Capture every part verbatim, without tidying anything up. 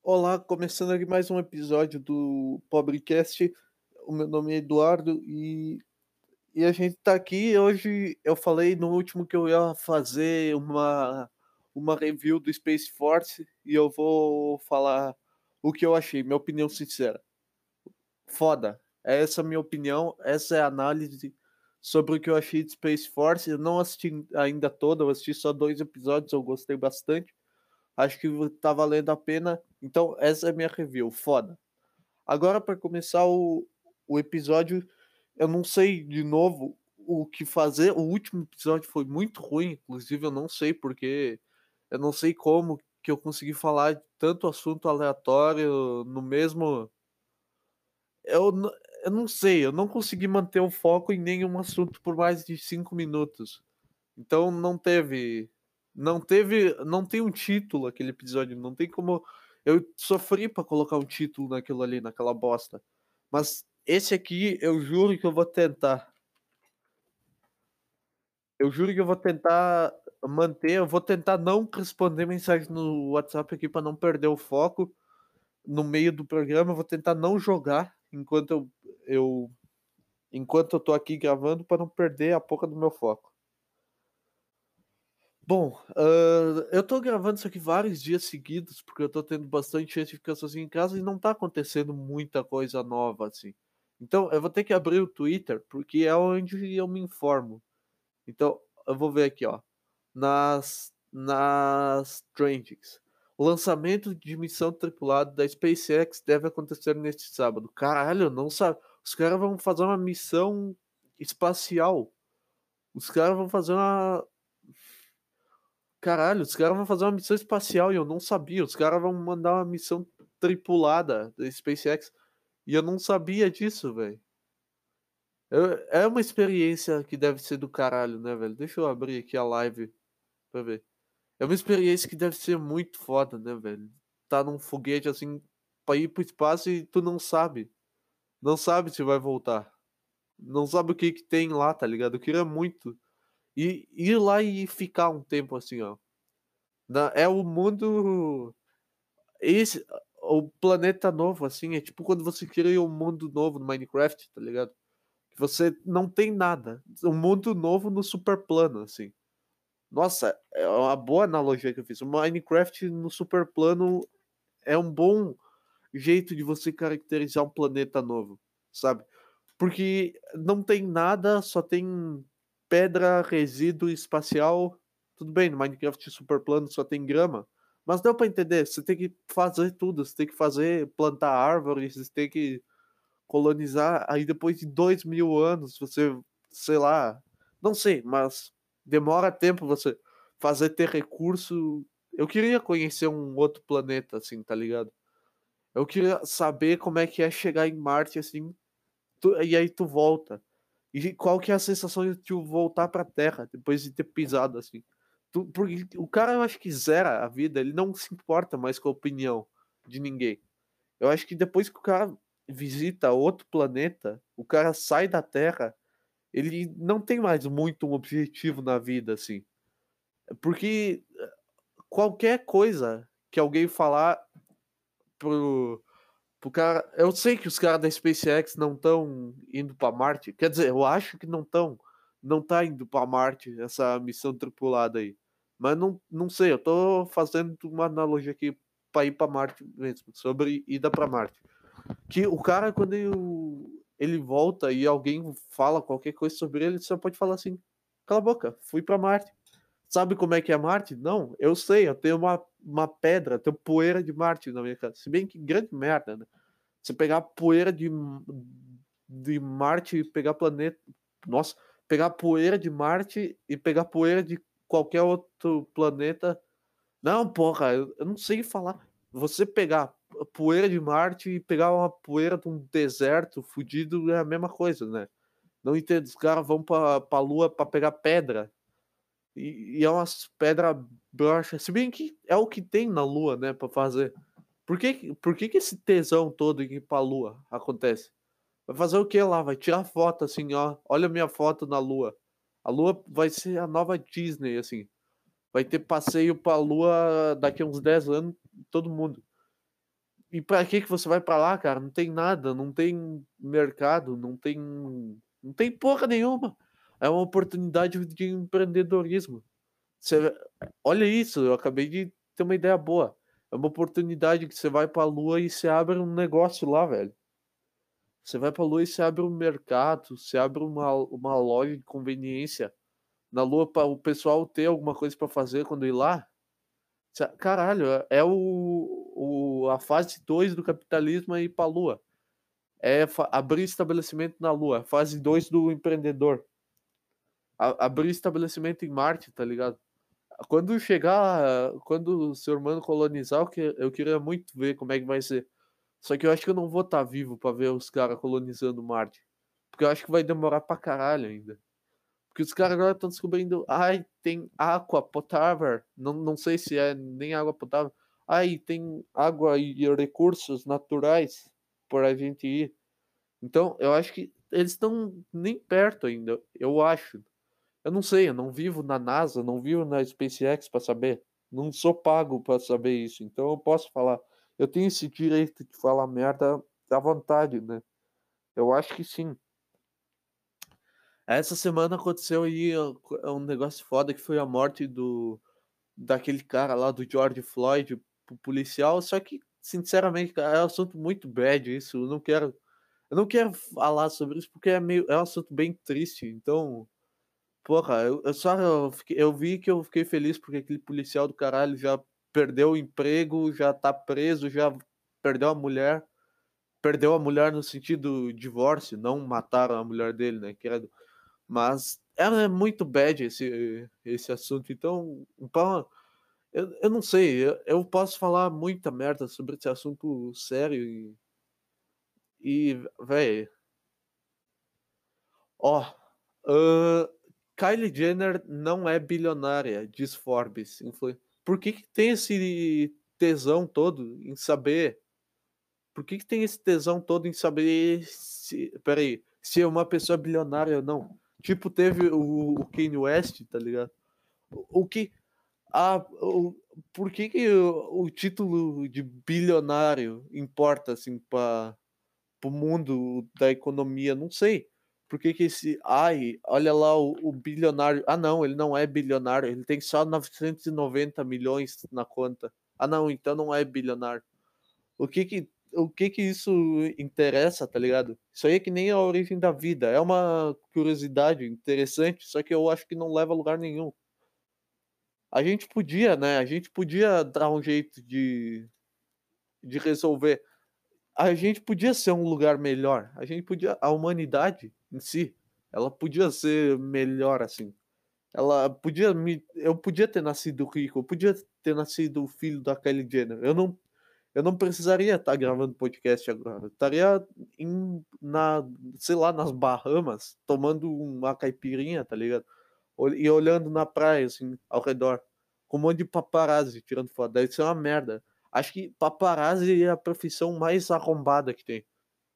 Olá, começando aqui mais um episódio do Pobrecast. O meu nome é Eduardo e, e a gente tá aqui. Hoje eu falei no último que eu ia fazer uma, uma review do Space Force e eu vou falar o que eu achei, minha opinião sincera. Foda. Essa é a minha opinião, essa é a análise sobre o que eu achei de Space Force. Eu não assisti ainda toda, eu assisti só dois episódios, eu gostei bastante. Acho que tá valendo a pena. Então, essa é a minha review. Foda. Agora, para começar o, o episódio, eu não sei de novo o que fazer. O último episódio foi muito ruim, inclusive eu não sei porque. Eu não sei como que eu consegui falar de tanto assunto aleatório no mesmo. Eu, n- eu não sei, eu não consegui manter o foco em nenhum assunto por mais de cinco minutos. Então não teve, não teve, não tem um título aquele episódio, não tem como. Eu sofri pra colocar um título naquilo ali, naquela bosta. Mas esse aqui, eu juro que eu vou tentar. Eu juro que eu vou tentar manter, eu vou tentar não responder mensagem no WhatsApp aqui pra não perder o foco no meio do programa. Eu vou tentar não jogar enquanto eu, eu enquanto eu tô aqui gravando pra não perder a porra do meu foco. Bom, ah, eu tô gravando isso aqui vários dias seguidos, porque eu tô tendo bastante gente de ficar sozinho em casa e não tá acontecendo muita coisa nova, assim. Então, eu vou ter que abrir o Twitter, porque é onde eu me informo. Então, eu vou ver aqui, ó. Nas, nas trendings. O lançamento de missão tripulada da SpaceX deve acontecer neste sábado. Caralho, não sabe. Os caras vão fazer uma missão espacial. Os caras vão fazer uma. Caralho, os caras vão fazer uma missão espacial e eu não sabia. Os caras vão mandar uma missão tripulada da SpaceX e eu não sabia disso, velho. Eu- É uma experiência que deve ser do caralho, né, velho? Deixa eu abrir aqui a live pra ver. É uma experiência que deve ser muito foda, né, velho? Tá num foguete assim pra ir pro espaço e tu não sabe. Não sabe se vai voltar. Não sabe o que que tem lá, tá ligado? Eu queria muito ir, ir lá e ficar um tempo assim, ó. Na- é o mundo. Esse, o planeta novo, assim, é tipo quando você cria um mundo novo no Minecraft, tá ligado? Que você não tem nada. Um mundo novo no super plano, assim. Nossa, é uma boa analogia que eu fiz. O Minecraft no super plano é um bom jeito de você caracterizar um planeta novo, sabe? Porque não tem nada, só tem pedra, resíduo espacial. Tudo bem, no Minecraft super plano só tem grama. Mas deu pra entender, você tem que fazer tudo, você tem que fazer, plantar árvores, você tem que colonizar. Aí depois de dois mil anos, você, sei lá, não sei, mas demora tempo você fazer ter recurso. Eu queria conhecer um outro planeta, assim, tá ligado? Eu queria saber como é que é chegar em Marte, assim, tu- e aí tu volta. E qual que é a sensação de tu voltar pra Terra depois de ter pisado assim? Tu- porque o cara, eu acho que zera a vida, ele não se importa mais com a opinião de ninguém. Eu acho que depois que o cara visita outro planeta, o cara sai da Terra, ele não tem mais muito um objetivo na vida, assim. Porque qualquer coisa que alguém falar pro, pro cara. Eu sei que os caras da SpaceX não estão indo para Marte. Quer dizer, eu acho que não estão. Não tá indo para Marte essa missão tripulada aí. Mas não, não sei, eu tô fazendo uma analogia aqui para ir para Marte mesmo, sobre ida para Marte. Que o cara, quando ele, ele volta e alguém fala qualquer coisa sobre ele, só pode falar assim: cala a boca, fui para Marte. Sabe como é que é Marte? Não, eu sei, eu tenho uma, uma pedra, eu tenho poeira de Marte na minha casa. Se bem que grande merda, né? Você pegar poeira de, de Marte e pegar planeta. Nossa, pegar poeira de Marte e pegar poeira de qualquer outro planeta. Não, porra, eu, eu não sei falar. Você pegar poeira de Marte e pegar uma poeira de um deserto fudido é a mesma coisa, né? Não entendo. Os caras vão pra, pra Lua pra pegar pedra. E, e é umas pedras broxas. Se bem que é o que tem na Lua, né, pra fazer. Por que, por que que esse tesão todo em ir pra Lua acontece? Vai fazer o que lá? Vai tirar foto assim, ó. Olha a minha foto na Lua. A Lua vai ser a nova Disney, assim. Vai ter passeio pra Lua daqui a uns dez anos, todo mundo. E pra que que você vai pra lá, cara? Não tem nada, não tem mercado, não tem não tem porra nenhuma. É uma oportunidade de empreendedorismo. Você olha isso, eu acabei de ter uma ideia boa. É uma oportunidade que você vai pra Lua e você abre um negócio lá, velho. Você vai pra Lua e você abre um mercado, você abre uma uma loja de conveniência na Lua para o pessoal ter alguma coisa pra fazer quando ir lá. Sa caralho, é é o o a fase dois do capitalismo é ir pra Lua. É fa abrir estabelecimento na Lua, fase dois do empreendedor. A abrir estabelecimento em Marte, tá ligado? Quando chegar quando o ser humano colonizar, eu que eu queria muito ver como é que vai ser. Só que eu acho que eu não vou estar vivo pra ver os cara colonizando Marte, porque eu acho que vai demorar pra caralho ainda. Porque os caras agora estão descobrindo, ai, tem água potável, não, não sei se é nem água potável. Ai, tem água e recursos naturais por a gente ir. Então, eu acho que eles estão nem perto ainda, eu acho. Eu não sei, eu não vivo na NASA, não vivo na SpaceX para saber. Não sou pago para saber isso, então eu posso falar. Eu tenho esse direito de falar merda à vontade, né? Eu acho que sim. Essa semana aconteceu aí uh, um negócio foda que foi a morte do daquele cara lá do George Floyd, o policial, só que sinceramente, cara, é um assunto muito bad isso, eu não quero eu não quero falar sobre isso porque é meio é um assunto bem triste, então, porra, eu eu só eu fiquei eu vi que eu fiquei feliz porque aquele policial do caralho já perdeu o emprego, já tá preso, já perdeu a mulher, perdeu a mulher no sentido divórcio, não mataram a mulher dele, né, que era mas ela é muito bad esse esse assunto, então então eu eu não sei, eu eu posso falar muita merda sobre esse assunto sério e e véi, ó, hã, Kylie Jenner não é bilionária, diz Forbes, influen por que que tem esse tesão todo em saber por que que tem esse tesão todo em saber se espera aí, se é uma pessoa bilionária ou não? Tipo, teve o o Kanye West, tá ligado? O o que ah, o por que que o o título de bilionário importa, assim, para para o mundo da economia? Não sei. Por que que esse: "Ai, olha lá o o bilionário". Ah, não, ele não é bilionário, ele tem só novecentos e noventa milhões na conta. Ah, não, então não é bilionário. O que que o que que isso interessa, tá ligado? Isso aí é que nem a origem da vida, é uma curiosidade interessante, só que eu acho que não leva a lugar nenhum. A gente podia, né, a gente podia dar um jeito de de resolver. A gente podia ser um lugar melhor, a gente podia a humanidade em si, ela podia ser melhor, assim. Ela podia me eu podia ter nascido rico, eu podia ter nascido filho da Kylie Jenner. Eu não eu não precisaria estar gravando podcast agora, eu estaria em na sei lá, nas Bahamas, tomando uma caipirinha, tá ligado? Ol e olhando na praia, assim, ao redor, com um monte de paparazzi tirando foto, deve ser uma merda. Acho que paparazzi é a profissão mais arrombada que tem.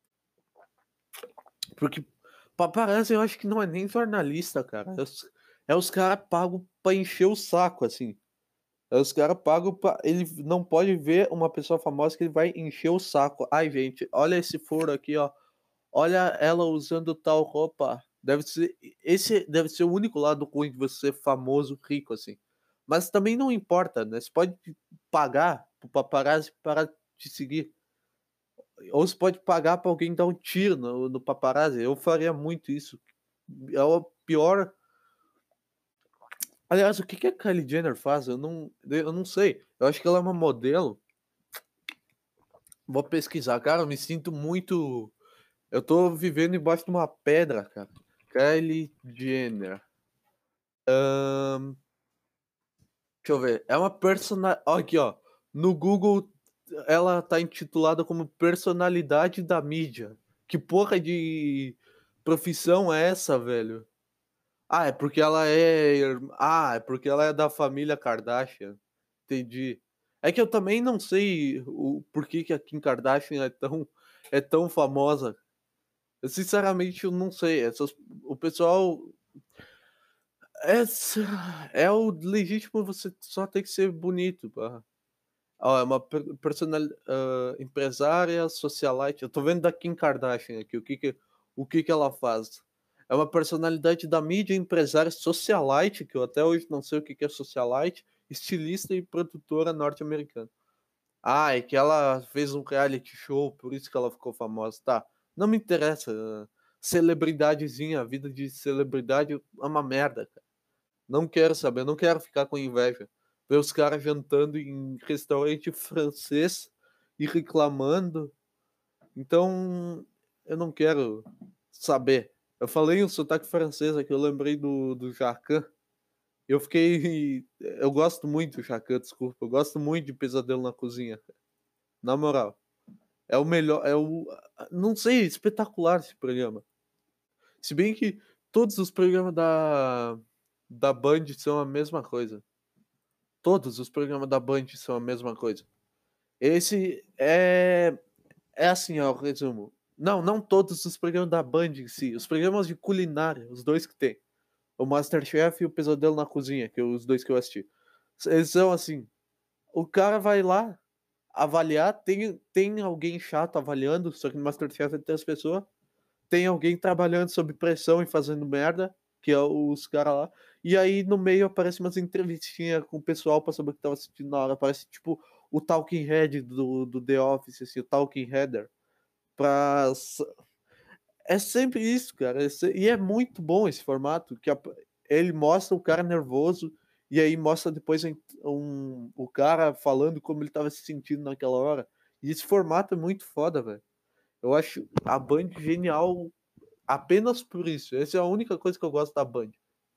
Porque paparazzi eu acho que não é nem jornalista, cara, é os é os cara pago pra encher o saco, assim. É os cara pago pra ele não pode ver uma pessoa famosa que ele vai encher o saco. "Ai gente, olha esse furo aqui ó, olha ela usando tal roupa". Deve ser esse deve ser o único lado ruim de você ser famoso, rico, assim. Mas também não importa, né, você pode pagar para o paparazzi parar de te seguir. Ou você pode pagar pra alguém dar um tiro no no paparazzi, eu faria muito isso. É o pior aliás, o que que a Kylie Jenner faz? Eu não eu não sei. Eu acho que ela é uma modelo. Vou pesquisar. Cara, eu me sinto muito eu tô vivendo embaixo de uma pedra, cara. Kylie Jenner. Hã, deixa eu ver. É uma persona ó, aqui, ó. No Google, ela tá intitulada como personalidade da mídia. Que porra de profissão é essa, velho? Ah, é porque ela é irm ah, é porque ela é da família Kardashian. Entendi. É que eu também não sei o porquê que a Kim Kardashian é tão é tão famosa. Eu sinceramente eu não sei, essas o pessoal é s é o legítimo você só tem que ser bonito, pá. Ó, é uma per personali hã, empresária socialite, eu tô vendo da Kim Kardashian aqui, o que que o que que ela faz. É uma personalidade da mídia, empresária socialite, que eu até hoje não sei o que que é socialite, estilista e produtora norte-americana. Ah, é que ela fez um reality show, por isso que ela ficou famosa. Tá, não me interessa, hã, celebridadezinha, a vida de celebridade é uma merda, cara. Não quero saber, não quero ficar com inveja. Ver os caras jantando em restaurante francês e reclamando. Então, eu não quero saber. Eu falei um sotaque francês aqui, eu lembrei do do Jacquin. Eu fiquei eu gosto muito do Jacquin, desculpa, eu gosto muito de Pesadelo na Cozinha, cara. Na moral, é o melhor, é o não sei, espetacular esse programa. Se bem que todos os programas da da Band são a mesma coisa. Todos os programas da Band são a mesma coisa. Esse é é assim, ó, o resumo. Não, não todos os programas da Band em si, os programas de culinária, os dois que tem. O MasterChef e o Pesadelo na Cozinha, que é os dois que eu assisti. Eles são assim, o cara vai lá avaliar, tem tem alguém chato avaliando, só que no MasterChef é três pessoas. Tem alguém trabalhando sob pressão e fazendo merda, que é os cara lá, e aí no meio aparece umas entrevistinha com o pessoal pra saber o que estava assistindo na hora, parece tipo o talking head do do The Office, assim, o talking header, pra s é sempre isso, cara, é se e é muito bom esse formato, que ap ele mostra o cara nervoso, e aí mostra depois en um o cara falando como ele estava se sentindo naquela hora, e esse formato é muito foda, velho. Eu acho a Band genial apenas por isso, essa é a única coisa que eu gosto da Band.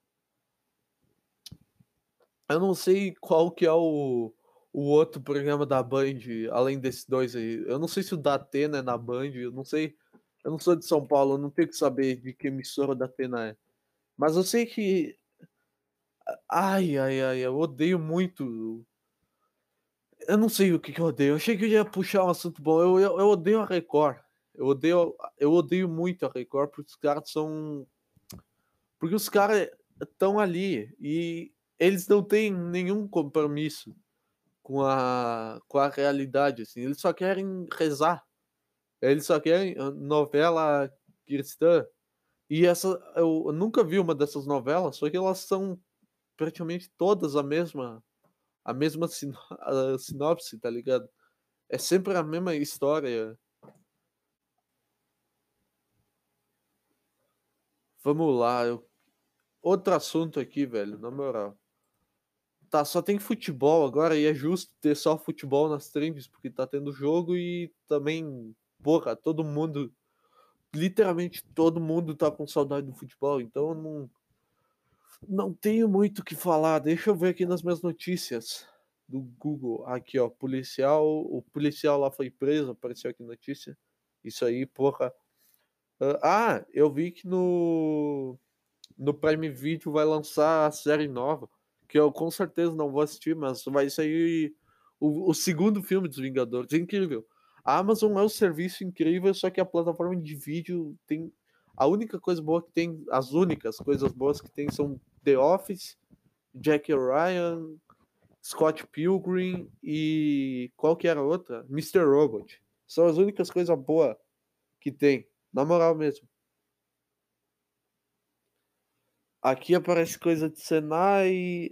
Eu não sei qual que é o o outro programa da Band, além desses dois aí. Eu não sei se o Datena é na Band, eu não sei, eu não sou de São Paulo, eu não tenho que saber de que emissora o Datena é. Mas eu sei que ai, ai, ai, eu odeio muito, eu não sei o que que eu odeio, eu achei que eu ia puxar um assunto bom, eu eu eu odeio a Record, eu odeio eu odeio muito a Record, porque os caras são porque os cara estão ali e eles não têm nenhum compromisso com a com a realidade, assim, eles só querem rezar, eles só querem, hã, novela cristã, e essa eu eu nunca vi uma dessas novelas, só que elas são praticamente todas a mesma a mesma sino a sinopse, tá ligado? É sempre a mesma história. Vamos lá, eu outro assunto aqui, velho, na moral. Tá, só tem futebol agora e é justo ter só futebol nas trends, porque tá tendo jogo e também, porra, todo mundo, literalmente todo mundo tá com saudade do futebol, então eu não não tenho muito o que falar. Deixa eu ver aqui nas minhas notícias do Google. Aqui, ó, policial o policial lá foi preso, apareceu aqui notícia. Isso aí, porra. Hã, ah, eu vi que no no Prime Video vai lançar a série nova, que eu com certeza não vou assistir, mas vai sair o o segundo filme dos Vingadores, incrível. A Amazon é um serviço incrível, só que a plataforma de vídeo tem a única coisa boa que tem, as únicas coisas boas que tem são The Office, Jack Ryan, Scott Pilgrim e qual que era a outra? mister Robot. São as únicas coisas boa que tem, na moral mesmo. Aqui aparece coisa de Senai,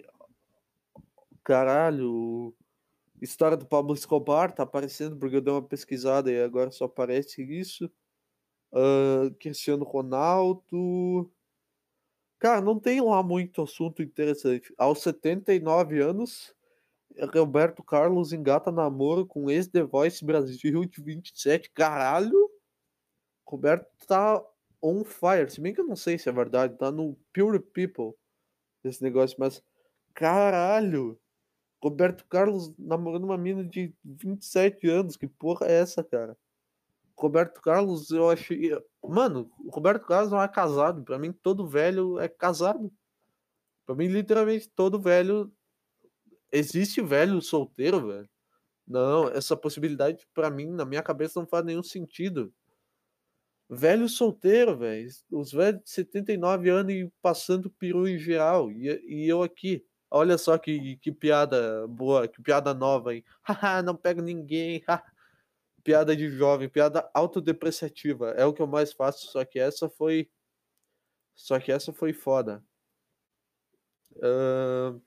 caralho, história do Pablo Escobar tá aparecendo, porque eu dei uma pesquisada e agora só aparece isso. Hã, Cristiano Ronaldo. Cara, não tem lá muito assunto interessante. Aos setenta e nove anos, Roberto Carlos engata namoro com ex-The Voice Brasil de vinte e sete. Caralho! Roberto tá on fire, se bem que eu não sei se é verdade, tá no Pure People esse negócio, mas caralho! Roberto Carlos namorando uma mina de vinte e sete anos, que porra é essa, cara? Roberto Carlos, eu achei, mano, o Roberto Carlos não é casado, pra mim todo velho é casado. Pra mim literalmente todo velho, existe velho solteiro, velho? Não, essa possibilidade pra mim, na minha cabeça, não faz nenhum sentido. Velho solteiro, velho, os velhos de setenta e nove anos e passando peru em geral, e e eu aqui. Olha só que que piada boa, que piada nova, hein. "Haha, não pego ninguém, ha". Piada de jovem, piada autodepreciativa, é o que eu mais faço, só que essa foi só que essa foi foda. Hã,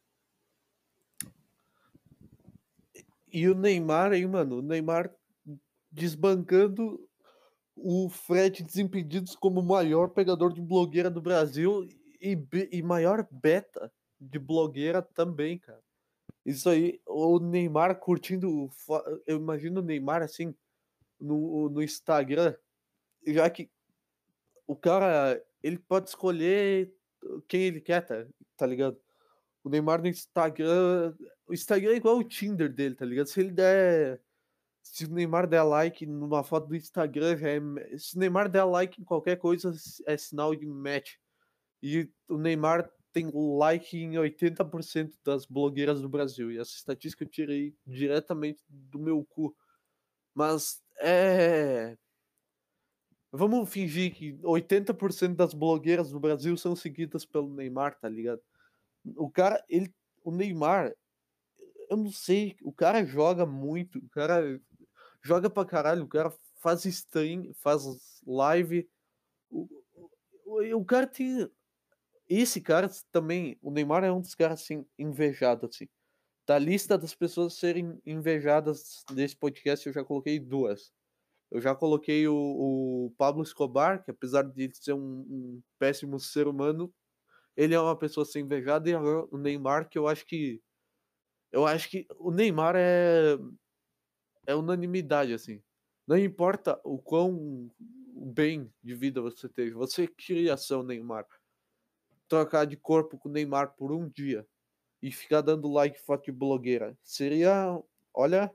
e o Neymar, hein, mano, o Neymar desbancando o Fred Desimpedidos como o maior pegador de blogueira do Brasil e be e maior beta de blogueira também, cara. Isso aí, o Neymar curtindo fo eu imagino o Neymar, assim, no no Instagram, já que o cara, ele pode escolher quem ele quer, tá tá ligado? O Neymar no Instagram o Instagram é igual o Tinder dele, tá ligado? Se ele der se o Neymar der like numa foto do Instagram, já é me se o Neymar der like em qualquer coisa, s é sinal de match. E o Neymar tem like em oitenta por cento das blogueiras do Brasil, e essa estatística eu tirei diretamente do meu cu. Mas, é vamos fingir que oitenta por cento das blogueiras do Brasil são seguidas pelo Neymar, tá ligado? O cara, ele o Neymar, eu não sei, o cara joga muito, o cara joga pra caralho, o cara faz stream, faz live, o o o cara tem esse cara também, o Neymar é um dos caras, assim, invejado, assim. Da lista das pessoas serem invejadas desse podcast, eu já coloquei duas. Eu já coloquei o o Pablo Escobar, que apesar de ele ser um um péssimo ser humano, ele é uma pessoa a ser invejada, e agora o Neymar, que eu acho que eu acho que o Neymar é é unanimidade, assim. Não importa o quão bem de vida você esteja, você queria ser o Neymar. Trocar de corpo com o Neymar por um dia e ficar dando like em foto de blogueira, seria, olha,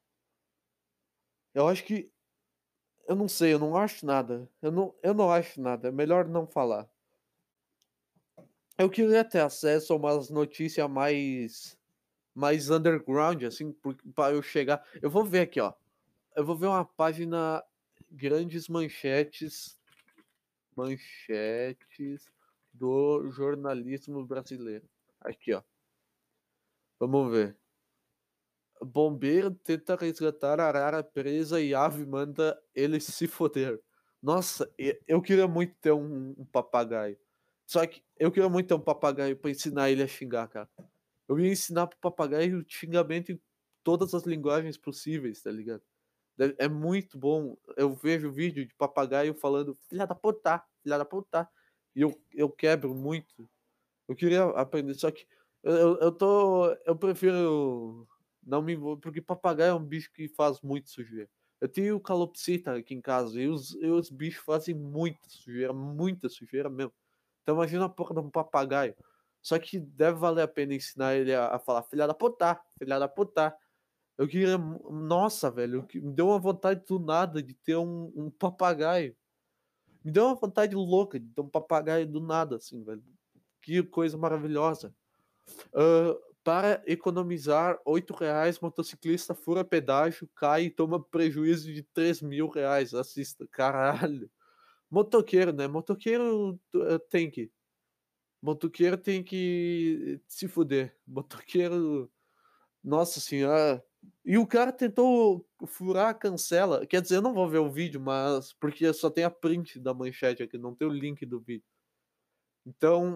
eu acho que eu não sei, eu não acho nada. Eu não eu não acho nada, é melhor não falar. Eu queria ter acesso a umas notícia mais mais underground, assim, por pra eu chegar eu vou ver aqui, ó, eu vou ver uma página grandes manchetes manchetes do jornalismo brasileiro. Aqui, ó, vamos ver. Bombeiro tenta resgatar arara presa e ave manda ele se foder. Nossa, e eu queria muito ter um um papagaio. Só que eu queria muito ter um papagaio pra ensinar ele a xingar, cara. Eu ia ensinar para o papagaio xingamento em todas as linguagens possíveis, tá ligado? Deve é muito bom. Eu vejo vídeo de papagaio falando: "Filha da puta, filha da puta", e eu eu quebro muito. Eu queria aprender, só que eu eu eu tô eu prefiro não me envol porque papagaio é um bicho que faz muito sujeira. Eu tenho calopsita aqui em casa e os e os bichos fazem muita sujeira, muita sujeira mesmo. Então imagina a porra de um papagaio. Só que deve valer a pena ensinar ele a a falar: "Filha da puta, filha da puta". Eu queria mu nossa, velho, que me deu uma vontade do nada de ter um um papagaio. Me deu uma vontade louca de ter um papagaio do nada, assim, velho. Que coisa maravilhosa. Hã, para economizar oito reais, motociclista fura pedágio, cai e toma prejuízo de três mil reais. Assista. Caralho. Motoqueiro, né, motoqueiro t eh, tem que motoqueiro tem que se fuder. Motoqueiro, nossa senhora. E o cara tentou furar a cancela. Quer dizer, eu não vou ver o vídeo, mas porque só tem a print da manchete aqui, não tem o link do vídeo. Então,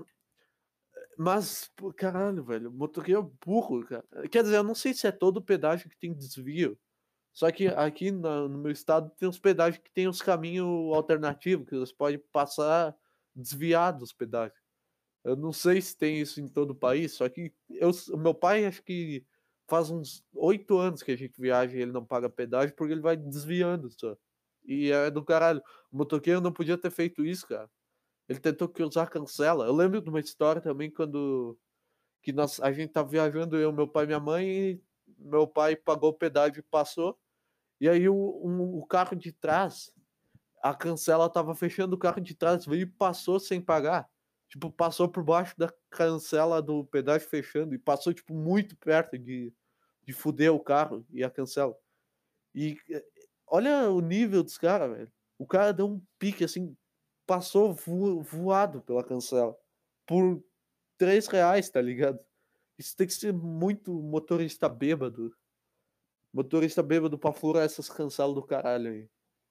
mas, pô, caralho, velho, motoqueiro é burro, cara. Quer dizer, eu não sei se é todo pedágio que tem desvio, só que aqui na no meu estado tem uns pedágios que tem uns caminho alternativo, que você pode passar desviado dos pedágios. Eu não sei se tem isso em todo o país, só que eu s o meu pai acho que faz uns oito anos que a gente viaja e ele não paga pedágio, porque ele vai desviando só. E é do caralho. O motoqueiro não podia ter feito isso, cara. Ele tentou cruzar a cancela. Eu lembro de uma história também quando que nós a gente estava viajando, eu, meu pai e minha mãe, e meu pai pagou o pedágio e passou, e aí o um o carro de trás, a cancela estava fechando, o carro de trás veio e passou sem pagar. Tipo, passou por baixo da cancela do pedágio fechando e passou, tipo, muito perto de de fuder o carro e a cancela. E, eh, olha o nível dos cara, velho. O cara deu um pique, assim, passou vo voado pela cancela, por três reais, tá ligado? Isso tem que ser muito motorista bêbado. Motorista bêbado pra furar essas cancelas do caralho aí.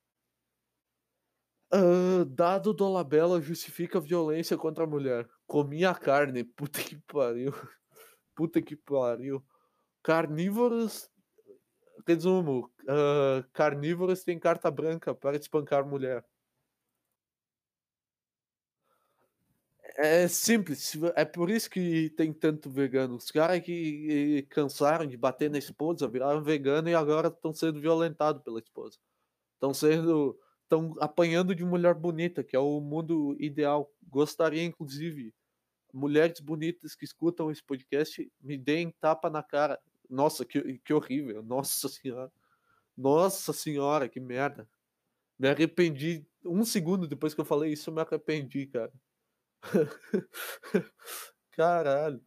Hã, dado Dolabella justifica violência contra a mulher. Comi a carne, puta que pariu. Puta que pariu. Carnívoros resumo, hã, carnívoros têm carta branca para espancar mulher. É simples, se vo é por isso que tem tanto vegano. Os cara que cansaram de bater na esposa, viraram vegano e agora estão sendo violentado pela esposa. Estão sendo estão apanhando de mulher bonita, que é o mundo ideal. Gostaria inclusive, mulheres bonitas que escutam esse podcast, me deem tapa na cara. Nossa, que que horrível, nossa senhora. Nossa senhora, que merda. Me arrependi um segundo depois que eu falei isso, eu me arrependi, cara. Caralho.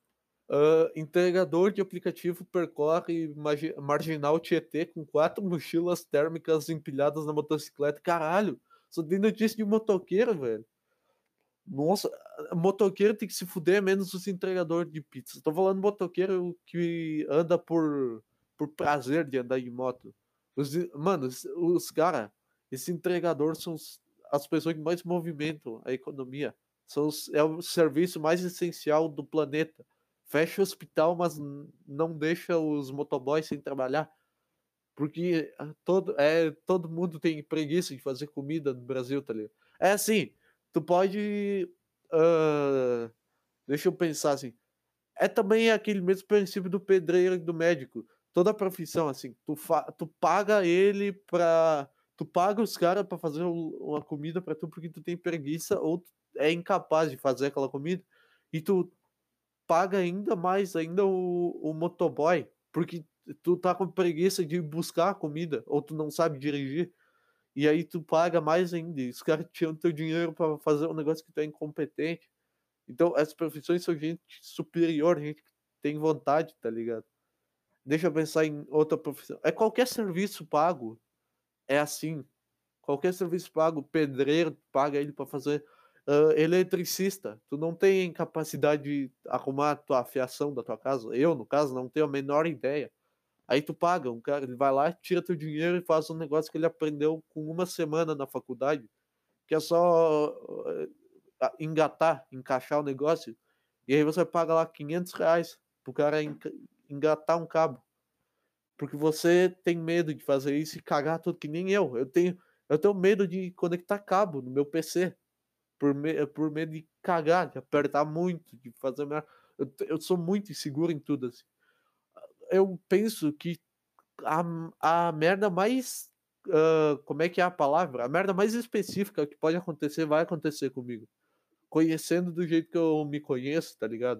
Hã, entregador de aplicativo percorre magi marginal Tietê com quatro mochilas térmicas empilhadas na motocicleta. Caralho, só tem notícia de motoqueiro, velho. Nossa, a motoqueiro tem que se fuder, menos os entregador de pizza. Tô falando motoqueiro que anda por por prazer de andar de moto. Os mano, os os cara, esse entregador são os as pessoas que mais movimentam a economia. São os é o serviço mais essencial do planeta. Fecha o hospital, mas n não deixa os motoboys sem trabalhar, porque a todo eh, todo mundo tem preguiça de fazer comida no Brasil, tá ligado. É assim, tu pode, hã, deixa eu pensar assim, é também aquele mesmo princípio do pedreiro e do médico. Toda profissão, assim, tu fa tu paga ele pra tu paga os cara pra fazer u uma comida pra tu, porque tu tem preguiça ou tu é incapaz de fazer aquela comida, e tu paga ainda mais ainda o o motoboy, porque tu tá com preguiça de buscar a comida, ou tu não sabe dirigir, e aí tu paga mais ainda, e os cara tiram teu dinheiro pra fazer um negócio que tu é incompetente. Então essas profissões são gente superior, gente que tem vontade, tá ligado. Deixa eu pensar em outra profissão. É qualquer serviço pago, é assim. Qualquer serviço pago, pedreiro, tu paga ele pra fazer. Hã, eletricista, tu não tem capacidade de arrumar a tua fiação da tua casa. Eu, no caso, não tenho a menor ideia. Aí tu paga um cara, ele vai lá, tira teu dinheiro e faz um negócio que ele aprendeu com uma semana na faculdade, que é só, ah, engatar, encaixar o negócio, e aí você paga lá quinhentos reais para o cara enca engatar um cabo. Porque você tem medo de fazer isso e cagar tudo, que nem eu. Eu tenho eu tenho medo de conectar cabo no meu P C, por me por medo de cagar, de apertar muito, de fazer merda. Eu te eu sou muito inseguro em tudo, assim. Eu penso que a a merda mais, hã, como é que é a palavra? A merda mais específica que pode acontecer, vai acontecer comigo. Conhecendo do jeito que eu me conheço, tá ligado?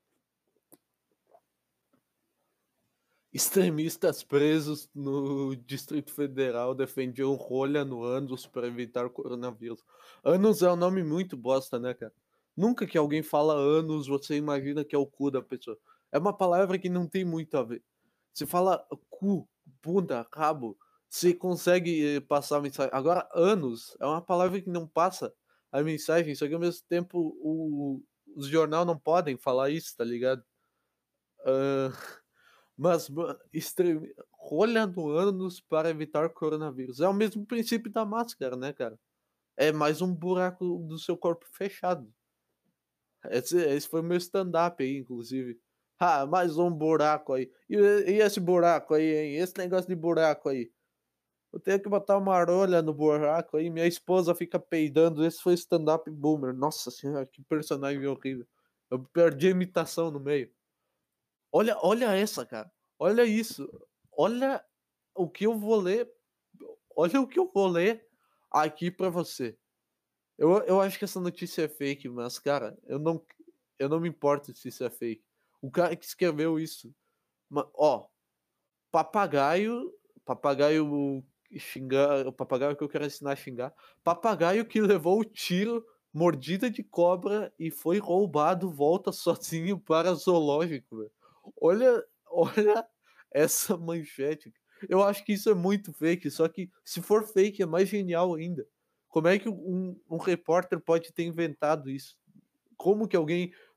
Extremistas presos no Distrito Federal defendiam rolha no ânus para evitar coronavírus. Ânus é um nome muito bosta, né, cara? Nunca que alguém fala ânus, você imagina que é o cu da pessoa. É uma palavra que não tem muito a ver. Você fala cu, bunda, rabo, você consegue, eh, passar a mensagem. Agora, ânus é uma palavra que não passa a mensagem, só que ao mesmo tempo o os jornal não podem falar isso, tá ligado? Hã, mas ma extremi rolha no ânus para evitar coronavírus. É o mesmo princípio da máscara, né, cara? É mais um buraco do seu corpo fechado. Esse esse foi o meu stand-up aí, inclusive. "Ah, mais um buraco aí. E e esse buraco aí, hein? Esse negócio de buraco aí? Eu tenho que botar uma rolha no buraco aí, minha esposa fica peidando". Esse foi stand-up boomer. Nossa senhora, que personagem horrível. Eu perdi a imitação no meio. Olha olha essa, cara. Olha isso. Olha o que eu vou ler olha o que eu vou ler aqui pra você. Eu eu acho que essa notícia é fake, mas, cara, eu não eu não me importo se isso é fake. O cara que escreveu isso, ma ó, papagaio papagaio xingar o papagaio que eu quero ensinar a xingar, papagaio que levou tiro, mordida de cobra e foi roubado volta sozinho para zoológico, velho. Olha olha essa manchete. Eu acho que isso é muito fake, só que se for fake é mais genial ainda. Como é que um um repórter pode ter inventado isso? Como que alguém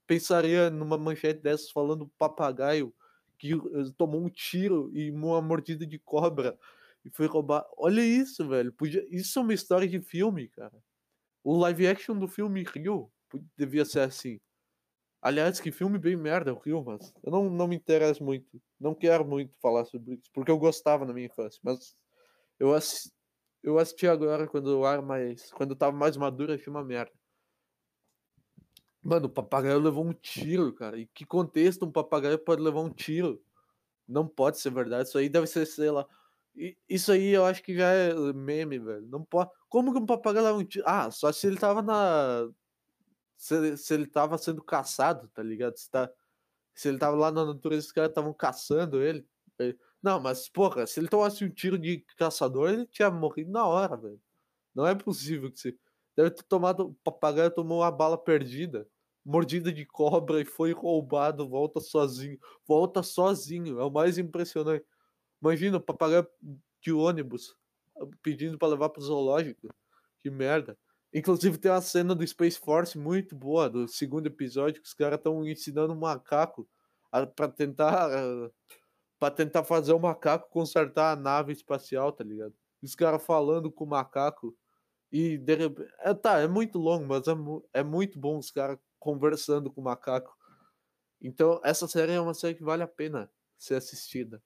pensaria numa manchete dessas falando papagaio que uh, tomou um tiro e uma mordida de cobra e foi roubar. Olha isso, velho. Podia... Isso é uma história de filme, cara. O live action do filme Rio devia ser assim. Aliás, que filme bem merda, o Rio, mas eu não, não me interesso muito. Não quero muito falar sobre isso, porque eu gostava na minha infância, mas eu, assi... eu assisti agora quando eu era mais. Quando eu tava mais maduro, achei uma merda. Mano, o papagaio levou um tiro, cara. E que contexto um papagaio pode levar um tiro? Não pode ser verdade. Isso aí deve ser, sei lá. I- Isso aí eu acho que já é meme, velho. Não pode. Como que um papagaio leva um tiro? Ah, só se ele tava na. Se, se ele tava sendo caçado, tá ligado? Se, tá... se ele tava lá na natureza, os caras estavam caçando ele. Ele- Não, mas, porra, se ele tomasse um tiro de caçador, ele tinha morrido na hora, velho. Não é possível que você. Deve ter tomado. O papagaio tomou uma bala perdida. Mordida de cobra e foi roubado. Volta sozinho. Volta sozinho. É o mais impressionante. Imagina o papagaio de ônibus pedindo pra levar pro zoológico. Que merda. Inclusive tem uma cena do Space Force muito boa, do segundo episódio, que os caras estão ensinando um macaco a, pra tentar. Pra tentar fazer o macaco consertar a nave espacial, tá ligado? Os caras falando com o macaco. E de repente. É, tá, é muito longo, mas é, mu- é muito bom os caras conversando com o macaco. Então, essa série é uma série que vale a pena ser assistida.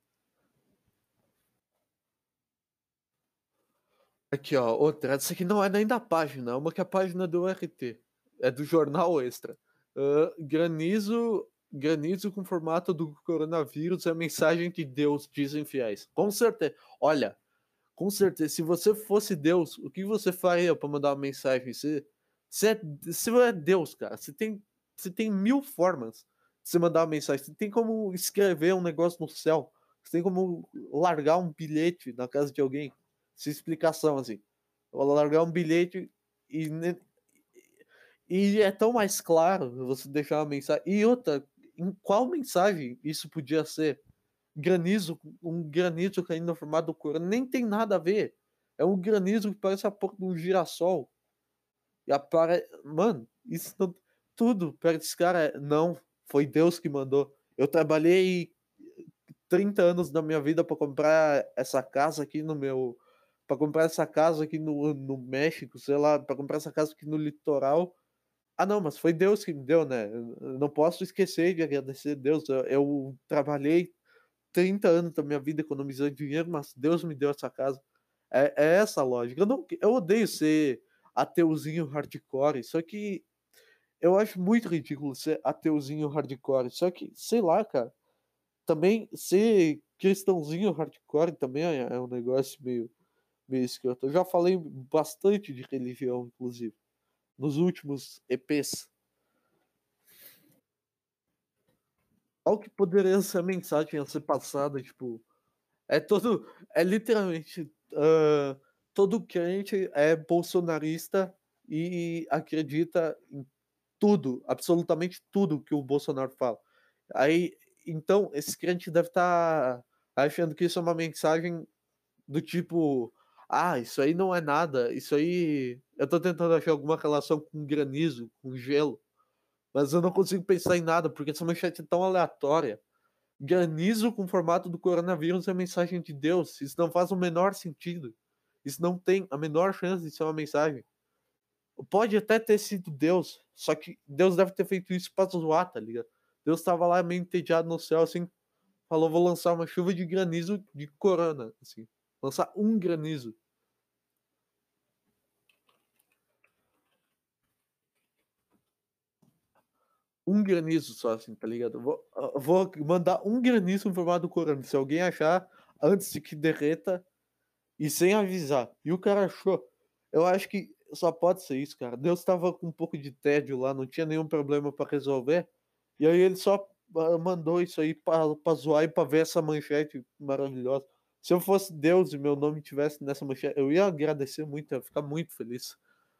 Aqui, ó, outra. Essa aqui não é nem da página, é uma que é a página do R T. É do Jornal Extra. Ah, granizo. Granizo com formato do coronavírus é a mensagem de Deus, dizem fiéis. Com certeza. Olha, com certeza, se você fosse Deus, o que você faria para mandar uma mensagem? Você, você, é, você é Deus, cara. Você tem, você tem mil formas de você mandar uma mensagem. Você tem como escrever um negócio no céu. Você tem como largar um bilhete na casa de alguém. Sem explicação, assim. Ou largar um bilhete e, ne- e é tão mais claro você deixar uma mensagem. E outra, em qual mensagem isso podia ser? Granizo, um granizo caindo no formato do couro. Nem tem nada a ver. É um granizo que parece a porra de um girassol. E apare... Mano, isso não... Tudo perto desse cara é... Não, foi Deus que mandou. Eu trabalhei trinta anos da minha vida para comprar essa casa aqui no meu. Para comprar essa casa aqui no, no México, sei lá, para comprar essa casa aqui no litoral. Ah, não, mas foi Deus que me deu, né? Eu não posso esquecer de agradecer a Deus. Eu, eu trabalhei trinta anos da minha vida economizando dinheiro, mas Deus me deu essa casa. É, é essa a lógica. Eu, não, eu odeio ser ateuzinho hardcore, só que eu acho muito ridículo ser ateuzinho hardcore. Só que, sei lá, cara, também ser cristãozinho hardcore também é, é um negócio meio, meio escroto. Eu já falei bastante de religião, inclusive, nos últimos E Ps. Qual que poderia ser a mensagem a ser passada, tipo, é todo. É literalmente. ah, todo crente é bolsonarista e acredita em tudo, absolutamente tudo que o Bolsonaro fala. Aí, então, esse crente deve estar achando que isso é uma mensagem do tipo. Ah, isso aí não é nada. Isso aí. Eu tô tentando achar alguma relação com granizo, com gelo. Mas eu não consigo pensar em nada, porque essa manchete é tão aleatória. Granizo com o formato do coronavírus é a mensagem de Deus. Isso não faz o menor sentido. Isso não tem a menor chance de ser uma mensagem. Pode até ter sido Deus, só que Deus deve ter feito isso pra zoar, tá ligado? Deus tava lá meio entediado no céu, assim, falou: vou lançar uma chuva de granizo de corona, assim. Lançar um granizo. Um granizo só, assim, tá ligado? Eu Vou, eu vou mandar um granizo em formato do corona. Se alguém achar, antes de que derreta, e sem avisar. E o cara achou. Eu acho que só pode ser isso, cara. Deus tava com um pouco de tédio lá, não tinha nenhum problema pra resolver. E aí ele só ah, mandou isso aí pra, pra zoar e pra ver essa manchete maravilhosa. Se eu fosse Deus e meu nome tivesse nessa manchete, eu ia agradecer muito, eu ia ficar muito feliz.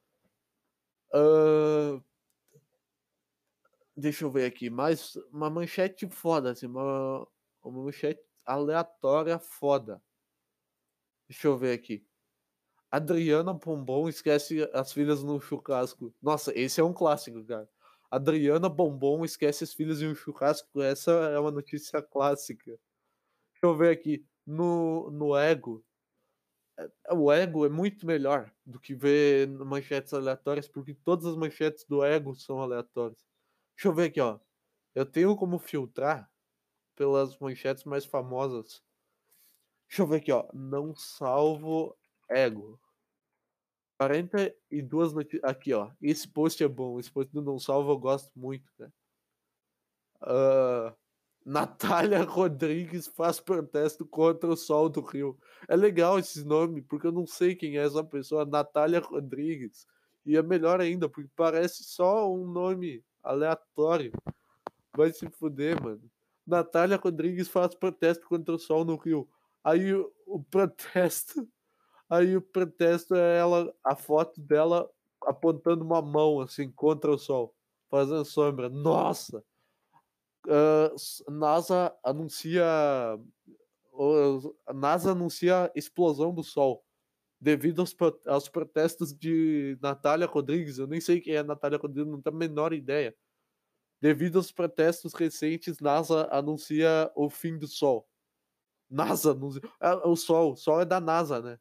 Ah, deixa eu ver aqui. Mais uma manchete foda, assim, uma, uma manchete aleatória foda. Deixa eu ver aqui. Adriana Pombom esquece as filhas no churrasco. Nossa, esse é um clássico, cara. Adriana Bombom esquece os filhos em um churrasco. Essa é uma notícia clássica. Deixa eu ver aqui. No, no Ego. é- O Ego é muito melhor do que ver manchetes aleatórias, porque todas as manchetes do Ego são aleatórias. Deixa eu ver aqui, ó. Eu tenho como filtrar pelas manchetes mais famosas. Deixa eu ver aqui, ó. Não salvo Ego. quarenta e duas notícias. Aqui, ó. Esse post é bom. Esse post do Não Salvo eu gosto muito, cara. Ah, Natália Rodrigues faz protesto contra o Sol do Rio. É legal esse nome, porque eu não sei quem é essa pessoa. Natália Rodrigues. E é melhor ainda, porque parece só um nome aleatório. Vai se fuder, mano. Natália Rodrigues faz protesto contra o Sol no Rio. Aí o, o protesto. Aí o protesto é ela, a foto dela apontando uma mão assim contra o sol, fazendo sombra. Nossa! Ah, NASA anuncia o- a NASA anuncia explosão do sol devido aos, pro- aos protestos de Natália Rodrigues. Eu nem sei quem é Natália Rodrigues, não tenho a menor ideia. Devido aos protestos recentes, NASA anuncia o fim do sol. NASA anuncia. É, o sol, o sol é da NASA, né?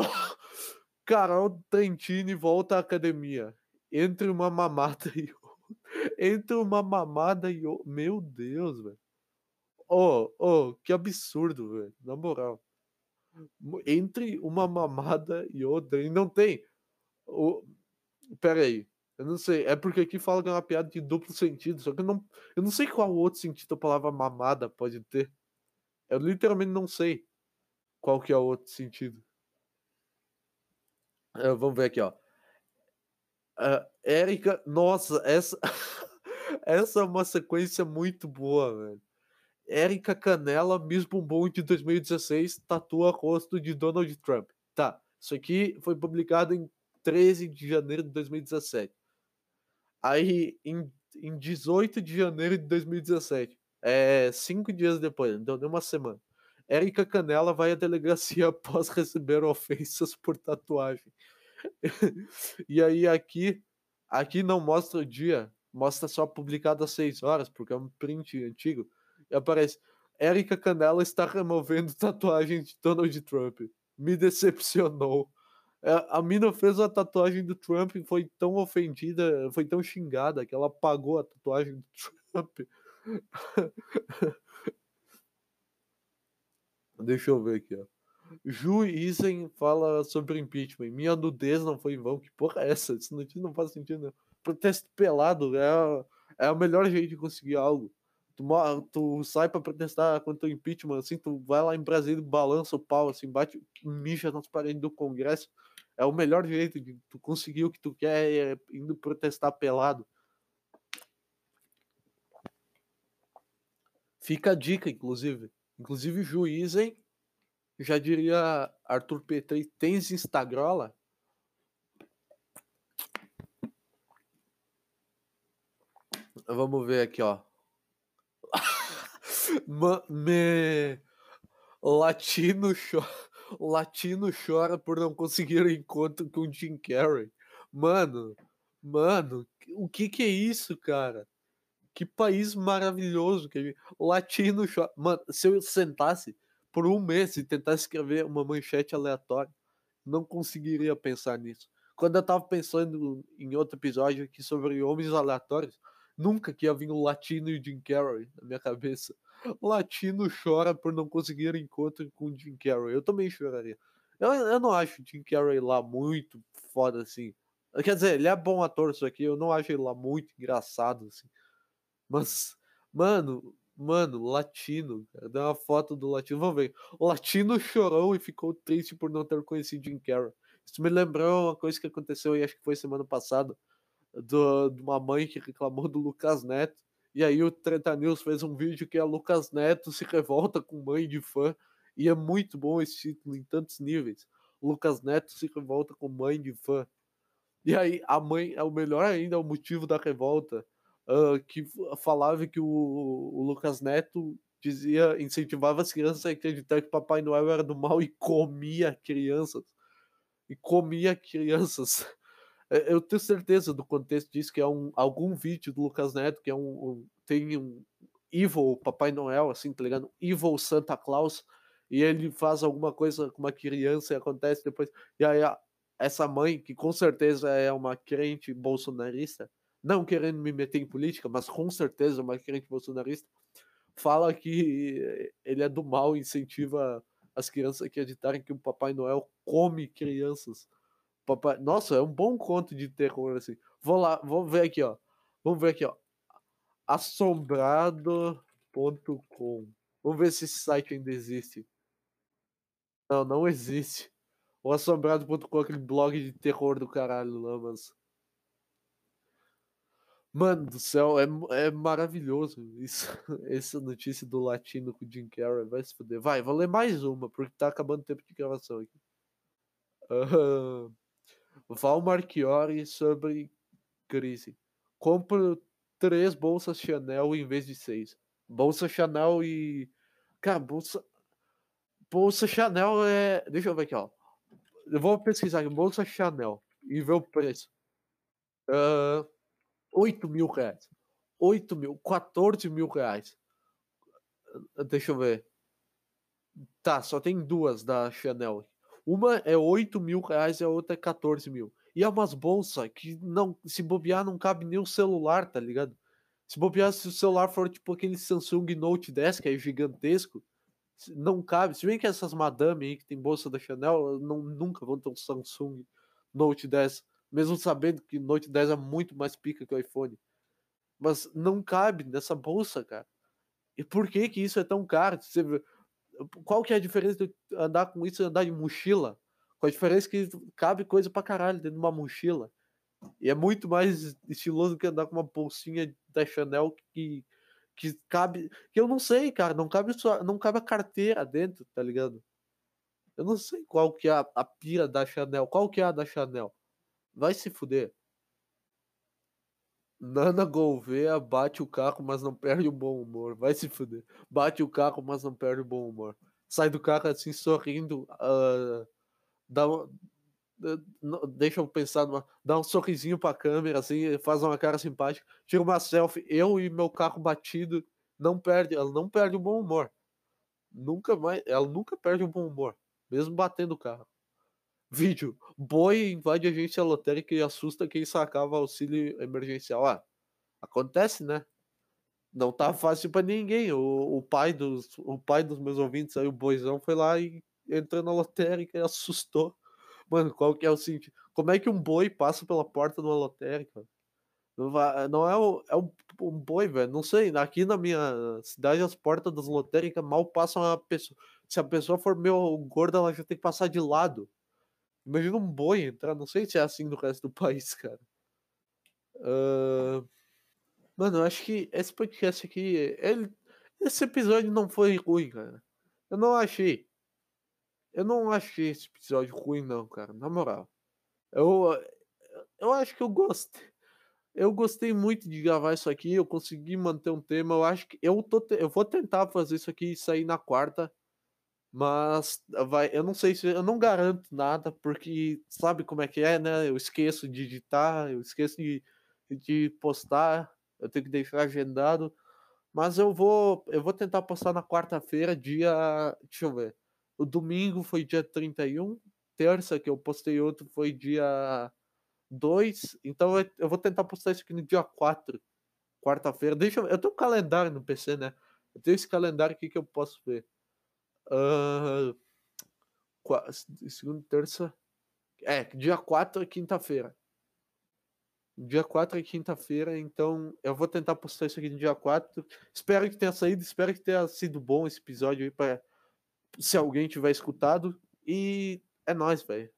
Carol Trentini volta à academia. Entre uma mamada e outra. Entre uma mamada e outra. Meu Deus, velho. Oh, oh, que absurdo, velho. Na moral. Entre uma mamada e outra. E não tem. Oh, pera aí. Eu não sei. É porque aqui fala que é uma piada de duplo sentido. Só que eu não, eu não sei qual outro sentido a palavra mamada pode ter. Eu literalmente não sei qual que é o outro sentido. Ah, vamos ver aqui, ó. Uh, Érica, nossa, essa, essa é uma sequência muito boa, velho. Érica Canela, Miss Bumbum de dois mil e dezesseis, tatua rosto de Donald Trump. Tá, isso aqui foi publicado em treze de janeiro de dois mil e dezessete. Aí, em, em dezoito de janeiro de dois mil e dezessete, é, cinco dias depois, não deu nem uma semana, Érica Canela vai à delegacia após receber ofensas por tatuagem. E aí aqui, aqui não mostra o dia, mostra só publicado às seis horas, porque é um print antigo. E aparece, Érica Canela está removendo tatuagem de Donald Trump. Me decepcionou. É, a mina fez a tatuagem do Trump e foi tão ofendida, foi tão xingada que ela apagou a tatuagem do Trump. Deixa eu ver aqui, ó. Ju Isen fala sobre impeachment. Minha nudez não foi em vão. Que porra é essa? Isso não, não faz sentido, não. Protesto pelado é, é o melhor jeito de conseguir algo. Tu, mo- tu sai pra protestar contra o impeachment, assim, tu vai lá em Brasília, balança o pau, assim, bate, mija nas paredes do Congresso. É o melhor jeito de tu conseguir o que tu quer, é indo protestar pelado. Fica a dica, inclusive. Inclusive, Juízem, já diria Arthur Petri, tens Instagram? Vamos ver aqui, ó. Ma- me... Latino, cho... Latino chora por não conseguir um encontro com Jim Carrey. Mano, mano, o que que é isso, cara? Que país maravilhoso que a gente... Latino chora. Mano, se eu sentasse por um mês e tentasse escrever uma manchete aleatória, não conseguiria pensar nisso. Quando eu tava pensando em outro episódio aqui sobre homens aleatórios, nunca que ia vir o Latino e o Jim Carrey na minha cabeça. O Latino chora por não conseguir encontro com o Jim Carrey. Eu também choraria. Eu, eu não acho o Jim Carrey lá muito foda assim. Quer dizer, ele é bom ator, isso aqui. Eu não acho ele lá muito engraçado assim. Mas, mano, mano, Latino, cara, dá uma foto do Latino, vamos ver. O Latino chorou e ficou triste por não ter conhecido Jim Carrey. Isso me lembrou uma coisa que aconteceu, e acho que foi semana passada, do, de uma mãe que reclamou do Lucas Neto. E aí o Treta News fez um vídeo que é Lucas Neto se revolta com mãe de fã. E é muito bom esse título em tantos níveis. Lucas Neto se revolta com mãe de fã. E aí, a mãe, é o melhor ainda, o motivo da revolta, uh, que falava que o, o Lucas Neto dizia, incentivava as crianças a acreditar que Papai Noel era do mal e comia crianças. E comia crianças. Eh, eu tenho certeza do contexto disso, que é um algum vídeo do Lucas Neto, que é um um tem um evil Papai Noel, assim, tá ligado? Evil Santa Claus, e ele faz alguma coisa com uma criança e acontece depois. E aí a essa mãe, que com certeza é uma crente bolsonarista, não querendo me meter em política, mas com certeza é uma crente bolsonarista, fala que ele é do mal e incentiva as crianças a acreditarem que o Papai Noel come crianças. Papai Nossa, é um bom conto de terror, assim. Vou lá, vamos ver aqui, ó. Vamos ver aqui, ó. Assombrado ponto com. Vamos ver se esse site ainda existe. Não, não existe. O assombrado ponto com é aquele blog de terror do caralho lá, mas mano do céu, é mu é maravilhoso isso, essa notícia do latino com o Jim Carrey, vai se fuder. Vai, vou ler mais uma, porque tá acabando o tempo de gravação aqui. Aham. Val Marchiori sobre crise. Compro três bolsas Chanel em vez de seis. Bolsa Chanel e cara, bolsa bolsa Chanel é deixa eu ver aqui, ó. Eu vou pesquisar aqui, bolsa Chanel e ver o preço. Hã, oito mil reais. oito mil, quatorze mil reais. Hã, deixa eu ver. Tá, só tem duas da Chanel. Uma é oito mil reais e a outra é quatorze mil. E é umas bolsa que não se bobear não cabe nem o celular, tá ligado? Se bobear, se o celular for tipo aquele Samsung Note dez, que é gigantesco, se não cabe. Se bem que essas madame aí que tem bolsa da Chanel, não nunca vão ter um Samsung Note dez, mesmo sabendo que Note dez é muito mais pica que o iPhone. Mas não cabe nessa bolsa, cara. E por que que isso é tão caro? Você vê qual que é a diferença de andar com isso e andar de mochila? Com a diferença que cabe coisa pra caralho dentro de uma mochila. E é muito mais estiloso que andar com uma bolsinha da Chanel que que cabe que eu não sei, cara, não cabe só não cabe a carteira dentro, tá ligado? Eu não sei qual que é a a pira da Chanel. Qual que é a da Chanel? Vai se fuder. Nana Gouveia bate o carro, mas não perde o bom humor. Vai se fuder. Bate o carro, mas não perde o bom humor. Sai do carro assim sorrindo, ah, dá uma, eh, não, deixa eu pensar numa, dá um sorrisinho pra câmera assim, faz uma cara simpática, tira uma selfie, eu e meu carro batido, não perde, ela não perde o bom humor. Nunca mais, ela nunca perde o bom humor, mesmo batendo o carro. Vídeo: boi invade agência lotérica e assusta quem sacava auxílio emergencial. Ah, acontece, né? Não tá fácil pra ninguém. O, o pai dos, o pai dos meus ouvintes aí, o boizão, foi lá e entrou na lotérica e assustou. Mano, qual que é o seguinte? Como é que um boi passa pela porta de uma lotérica? Não, vai, não é, o, é um, um boi, velho. Não sei. Aqui na minha cidade, as portas das lotéricas mal passam a pessoa. Se a pessoa for meio gorda, ela já tem que passar de lado. Imagina um boi entrar. Não sei se é assim no resto do país, cara. Ahn, Mano, eu acho que esse podcast aqui, ele, esse episódio não foi ruim, cara. Eu não achei. Eu não achei esse episódio ruim, não, cara. Na moral. Eu, eu acho que eu gostei. Eu gostei muito de gravar isso aqui. Eu consegui manter um tema. Eu acho que eu tô, te- eu vou tentar fazer isso aqui e sair na quarta. Mas vai, eu não sei se eu não garanto nada, porque sabe como é que é, né? Eu esqueço de editar, eu esqueço de, de postar, eu tenho que deixar agendado. Mas eu vou, eu vou tentar postar na quarta-feira, dia. Deixa eu ver. O domingo foi dia trinta e um. Terça que eu postei outro foi dia dois. Então eu eu vou tentar postar isso aqui no dia quatro, quarta-feira. Deixa eu. Eu tenho um calendário no P C, né? Eu tenho esse calendário aqui que eu posso ver. Ah, qua- segunda, terça. É, dia quatro é quinta-feira. Dia quatro é quinta-feira, então eu vou tentar postar isso aqui no dia quatro. Espero que tenha saído, espero que tenha sido bom esse episódio aí, pra, se alguém tiver escutado. E é nóis, velho.